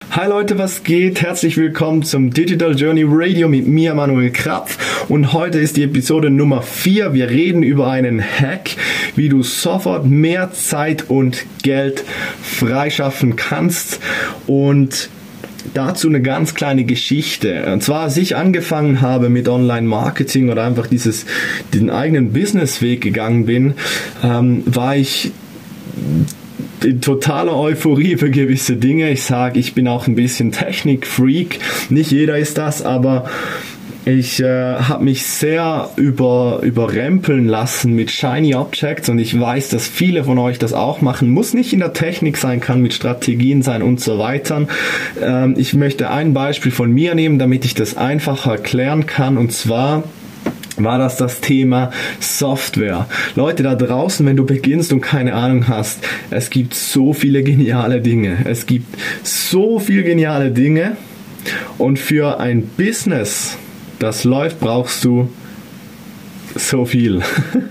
Hi Leute, was geht? Herzlich willkommen zum Digital Journey Radio mit mir, Manuel Krapf. Und heute ist die Episode Nummer 4. Wir reden über einen Hack, wie du sofort mehr Zeit und Geld freischaffen kannst. Und dazu eine ganz kleine Geschichte. Und zwar, als ich angefangen habe mit Online-Marketing oder einfach diesen eigenen Businessweg gegangen bin, war ich in totaler Euphorie für gewisse Dinge. Ich sage, ich bin auch ein bisschen Technik-Freak. Nicht jeder ist das, aber ich habe mich sehr überrempeln lassen mit Shiny Objects und ich weiß, dass viele von euch das auch machen. Muss nicht in der Technik sein, kann mit Strategien sein und so weiter. Ich möchte ein Beispiel von mir nehmen, damit ich das einfacher erklären kann, und zwar war das Thema Software. Leute da draußen, wenn du beginnst und keine Ahnung hast, es gibt so viele geniale Dinge. Es gibt so viele geniale Dinge und für ein Business, das läuft, brauchst du so viel.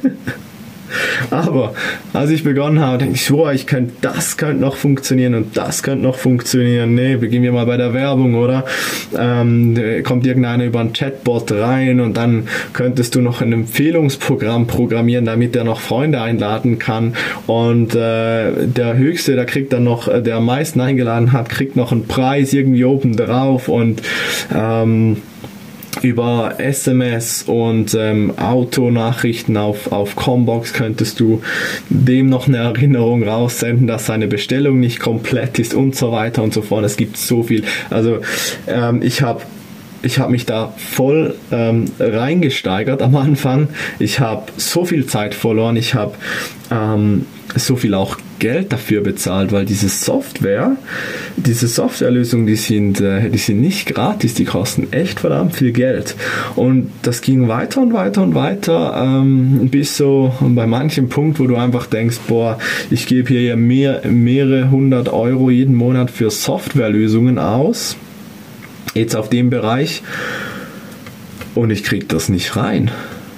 Aber als ich begonnen habe, denke ich, das könnte noch funktionieren und das könnte noch funktionieren. Nee, beginnen wir mal bei der Werbung, oder? Kommt irgendeiner über einen Chatbot rein und dann könntest du noch ein Empfehlungsprogramm programmieren, damit er noch Freunde einladen kann. Und der Höchste, der kriegt dann noch, der am meisten eingeladen hat, kriegt noch einen Preis irgendwie oben drauf und über SMS und Autonachrichten auf Combox könntest du dem noch eine Erinnerung raussenden, dass seine Bestellung nicht komplett ist und so weiter und so fort. Es gibt so viel. Also ich habe mich da voll reingesteigert am Anfang. Ich habe so viel Zeit verloren. Ich habe so viel auch Geld dafür bezahlt, weil diese Softwarelösungen, die sind nicht gratis, die kosten echt verdammt viel Geld. Und das ging weiter und weiter und weiter, bis so bei manchem Punkt, wo du einfach denkst, boah, ich gebe hier ja mehrere hundert Euro jeden Monat für Softwarelösungen aus, jetzt auf dem Bereich, und ich krieg das nicht rein.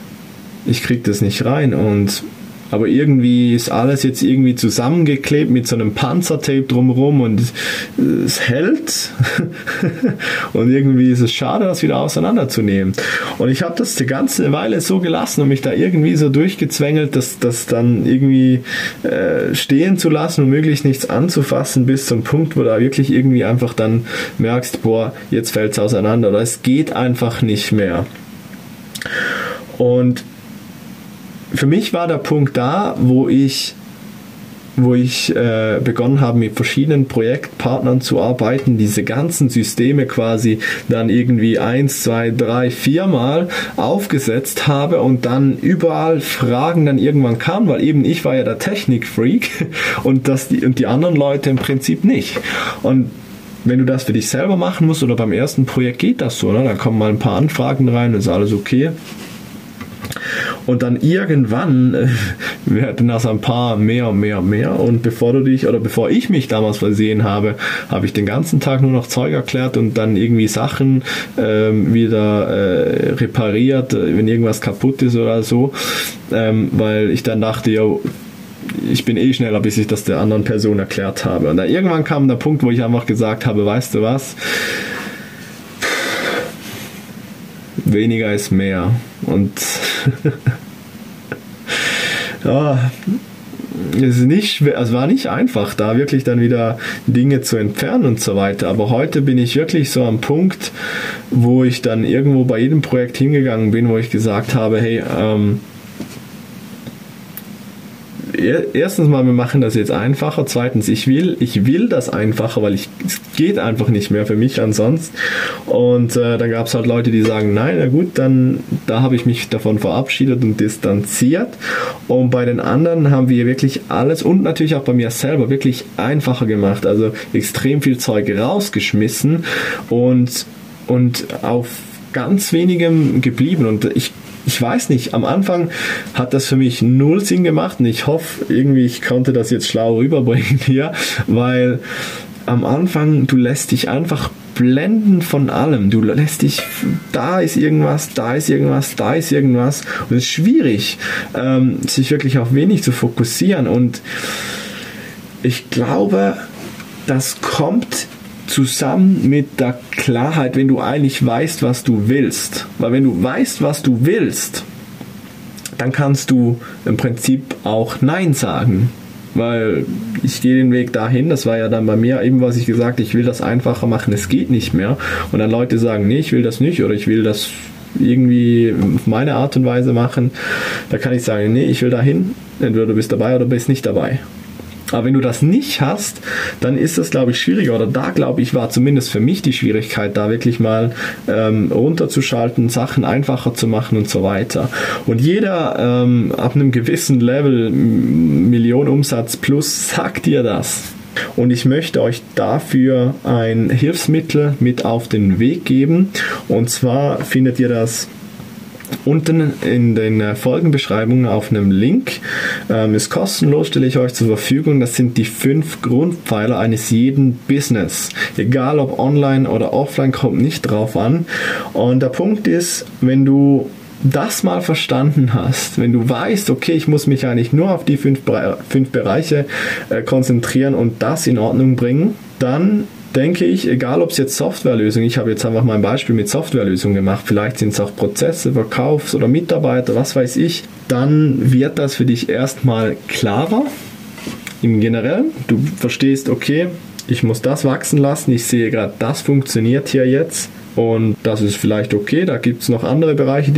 Aber irgendwie ist alles jetzt irgendwie zusammengeklebt mit so einem Panzertape drumherum und es hält. Und irgendwie ist es schade, das wieder auseinanderzunehmen. Und ich habe das die ganze Weile so gelassen und mich da irgendwie so durchgezwängelt, das dann irgendwie stehen zu lassen und möglichst nichts anzufassen, bis zum Punkt, wo du wirklich irgendwie einfach dann merkst, boah, jetzt fällt es auseinander oder es geht einfach nicht mehr. Und für mich war der Punkt da, wo ich begonnen habe, mit verschiedenen Projektpartnern zu arbeiten, diese ganzen Systeme quasi dann irgendwie 1, 2, 3, 4 Mal aufgesetzt habe und dann überall Fragen dann irgendwann kamen, weil eben ich war ja der Technikfreak und die anderen Leute im Prinzip nicht. Und wenn du das für dich selber machen musst oder beim ersten Projekt geht das so, ne? Dann kommen mal ein paar Anfragen rein und ist alles okay. Und dann irgendwann werden das ein paar mehr und bevor ich mich damals versehen habe, habe ich den ganzen Tag nur noch Zeug erklärt und dann irgendwie Sachen wieder repariert, wenn irgendwas kaputt ist oder so, weil ich dann dachte, ja, ich bin eh schneller, bis ich das der anderen Person erklärt habe. Und dann irgendwann kam der Punkt, wo ich einfach gesagt habe, weißt du was, weniger ist mehr. Und ja, es war nicht einfach, da wirklich dann wieder Dinge zu entfernen und so weiter. Aber heute bin ich wirklich so am Punkt, wo ich dann irgendwo bei jedem Projekt hingegangen bin, wo ich gesagt habe, hey, erstens mal, wir machen das jetzt einfacher. Zweitens, ich will das einfacher, weil es geht einfach nicht mehr für mich ansonsten. Und dann gab es halt Leute, die sagen, nein, na gut, dann da habe ich mich davon verabschiedet und distanziert. Und bei den anderen haben wir wirklich alles und natürlich auch bei mir selber wirklich einfacher gemacht. Also extrem viel Zeug rausgeschmissen und auf ganz wenigem geblieben. Und ich weiß nicht, am Anfang hat das für mich null Sinn gemacht und ich hoffe irgendwie, ich konnte das jetzt schlau rüberbringen hier, weil am Anfang, du lässt dich einfach blenden von allem. Du lässt dich, da ist irgendwas, da ist irgendwas, da ist irgendwas und es ist schwierig, sich wirklich auf wenig zu fokussieren und ich glaube, das kommt zusammen mit der Klarheit, wenn du eigentlich weißt, was du willst. Weil wenn du weißt, was du willst, dann kannst du im Prinzip auch Nein sagen. Weil ich gehe den Weg dahin, das war ja dann bei mir eben, was ich gesagt habe, ich will das einfacher machen, es geht nicht mehr. Und dann Leute sagen, nee, ich will das nicht oder ich will das irgendwie auf meine Art und Weise machen. Da kann ich sagen, nee, ich will dahin, entweder du bist dabei oder bist nicht dabei. Aber wenn du das nicht hast, dann ist das, glaube ich, schwieriger. Oder da, glaube ich, war zumindest für mich die Schwierigkeit, da wirklich mal runterzuschalten, Sachen einfacher zu machen und so weiter. Und jeder ab einem gewissen Level, Millionenumsatz plus, sagt dir das. Und ich möchte euch dafür ein Hilfsmittel mit auf den Weg geben. Und zwar findet ihr das unten in den Folgenbeschreibungen auf einem Link. Ist kostenlos, stelle ich euch zur Verfügung. Das sind die 5 Grundpfeiler eines jeden Business. Egal ob online oder offline, kommt nicht drauf an. Und der Punkt ist, wenn du das mal verstanden hast, wenn du weißt, okay, ich muss mich eigentlich nur auf die 5 Bereiche konzentrieren und das in Ordnung bringen, dann denke ich, egal ob es jetzt Softwarelösungen, ich habe jetzt einfach mal ein Beispiel mit Softwarelösungen gemacht, vielleicht sind es auch Prozesse, Verkaufs- oder Mitarbeiter, was weiß ich, dann wird das für dich erstmal klarer im Generellen. Du verstehst, okay, ich muss das wachsen lassen, ich sehe gerade, das funktioniert hier jetzt. Und das ist vielleicht okay, da gibt es noch andere Bereiche,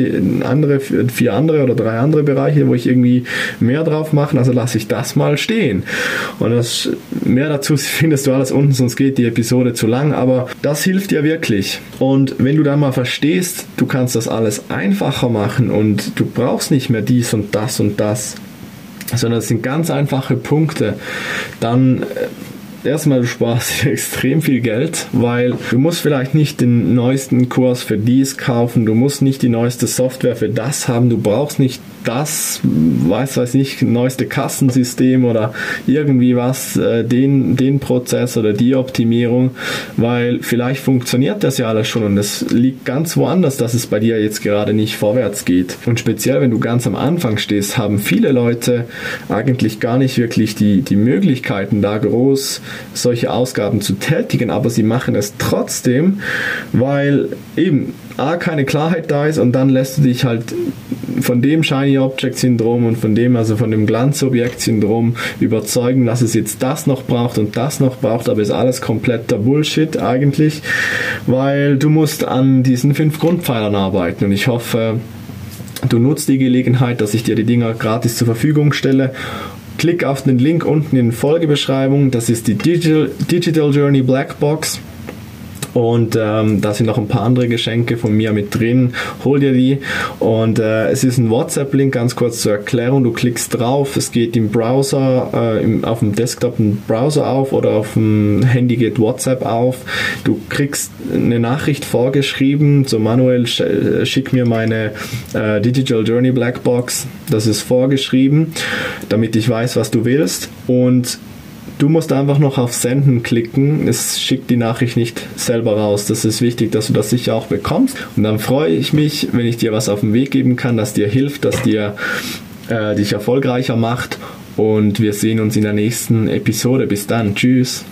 4 andere oder 3 andere Bereiche, wo ich irgendwie mehr drauf mache, also lasse ich das mal stehen. Und mehr dazu findest du alles unten, sonst geht die Episode zu lang, aber das hilft dir wirklich. Und wenn du dann mal verstehst, du kannst das alles einfacher machen und du brauchst nicht mehr dies und das, sondern es sind ganz einfache Punkte, dann erstmal, du sparst extrem viel Geld, weil du musst vielleicht nicht den neuesten Kurs für dies kaufen, du musst nicht die neueste Software für das haben, du brauchst nicht das, weiß nicht, neueste Kassensystem oder irgendwie was, den Prozess oder die Optimierung, weil vielleicht funktioniert das ja alles schon und es liegt ganz woanders, dass es bei dir jetzt gerade nicht vorwärts geht. Und speziell, wenn du ganz am Anfang stehst, haben viele Leute eigentlich gar nicht wirklich die Möglichkeiten, da groß solche Ausgaben zu tätigen, aber sie machen es trotzdem, weil eben keine Klarheit da ist und dann lässt du dich halt von dem Shiny Object Syndrom und von dem Glanzobjekt Syndrom überzeugen, dass es jetzt das noch braucht und das noch braucht, aber ist alles kompletter Bullshit eigentlich, weil du musst an diesen 5 Grundpfeilern arbeiten und ich hoffe, du nutzt die Gelegenheit, dass ich dir die Dinger gratis zur Verfügung stelle. Klick auf den Link unten in der Folgebeschreibung, das ist die Digital Journey Black Box. Und da sind noch ein paar andere Geschenke von mir mit drin. Hol dir die. Und es ist ein WhatsApp-Link, ganz kurz zur Erklärung. Du klickst drauf, es geht im Browser, auf dem Desktop ein Browser auf oder auf dem Handy geht WhatsApp auf. Du kriegst eine Nachricht vorgeschrieben. So, Manuel, schick mir meine Digital Journey Black Box. Das ist vorgeschrieben, damit ich weiß, was du willst. Und du musst einfach noch auf Senden klicken, es schickt die Nachricht nicht selber raus. Das ist wichtig, dass du das sicher auch bekommst. Und dann freue ich mich, wenn ich dir was auf den Weg geben kann, das dir hilft, das dir dich erfolgreicher macht. Und wir sehen uns in der nächsten Episode. Bis dann. Tschüss.